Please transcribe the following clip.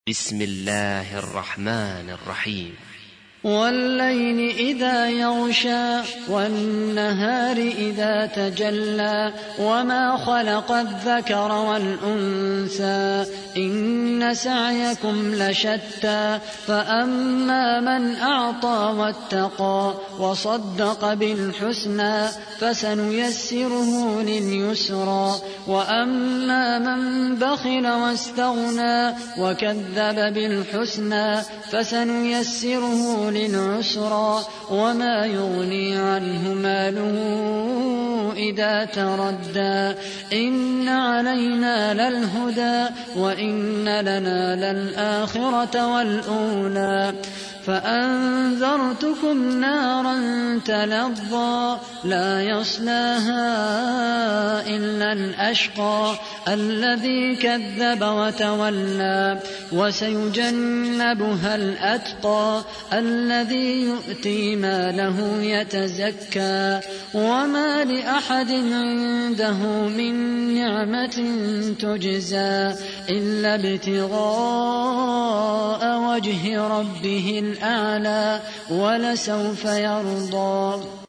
بسم الله الرحمن الرحيم. والليل إذا يغشى والنهار إذا تجلى وما خلق الذكر والأنثى إن سعيكم لشتى فأما من أعطى واتقى وصدق بالحسنى فسنيسره لليسرى وأما من بخل واستغنى وكذب بالحسنى فسنيسره للعسرى وما يغني عنه ماله إذا تردى إن علينا للهدى وإن لنا للآخرة والأولى فأنذرتكم نارا تلظى لا يصلاها إلا الأشقى الذي كذب وتولى وسيجنبها الأتقى الذي يؤتي ماله يتزكى وما لأحد عنده من نعمة تجزى إلا ابتغاء وجه ربه الأعلى ولسوف يرضى.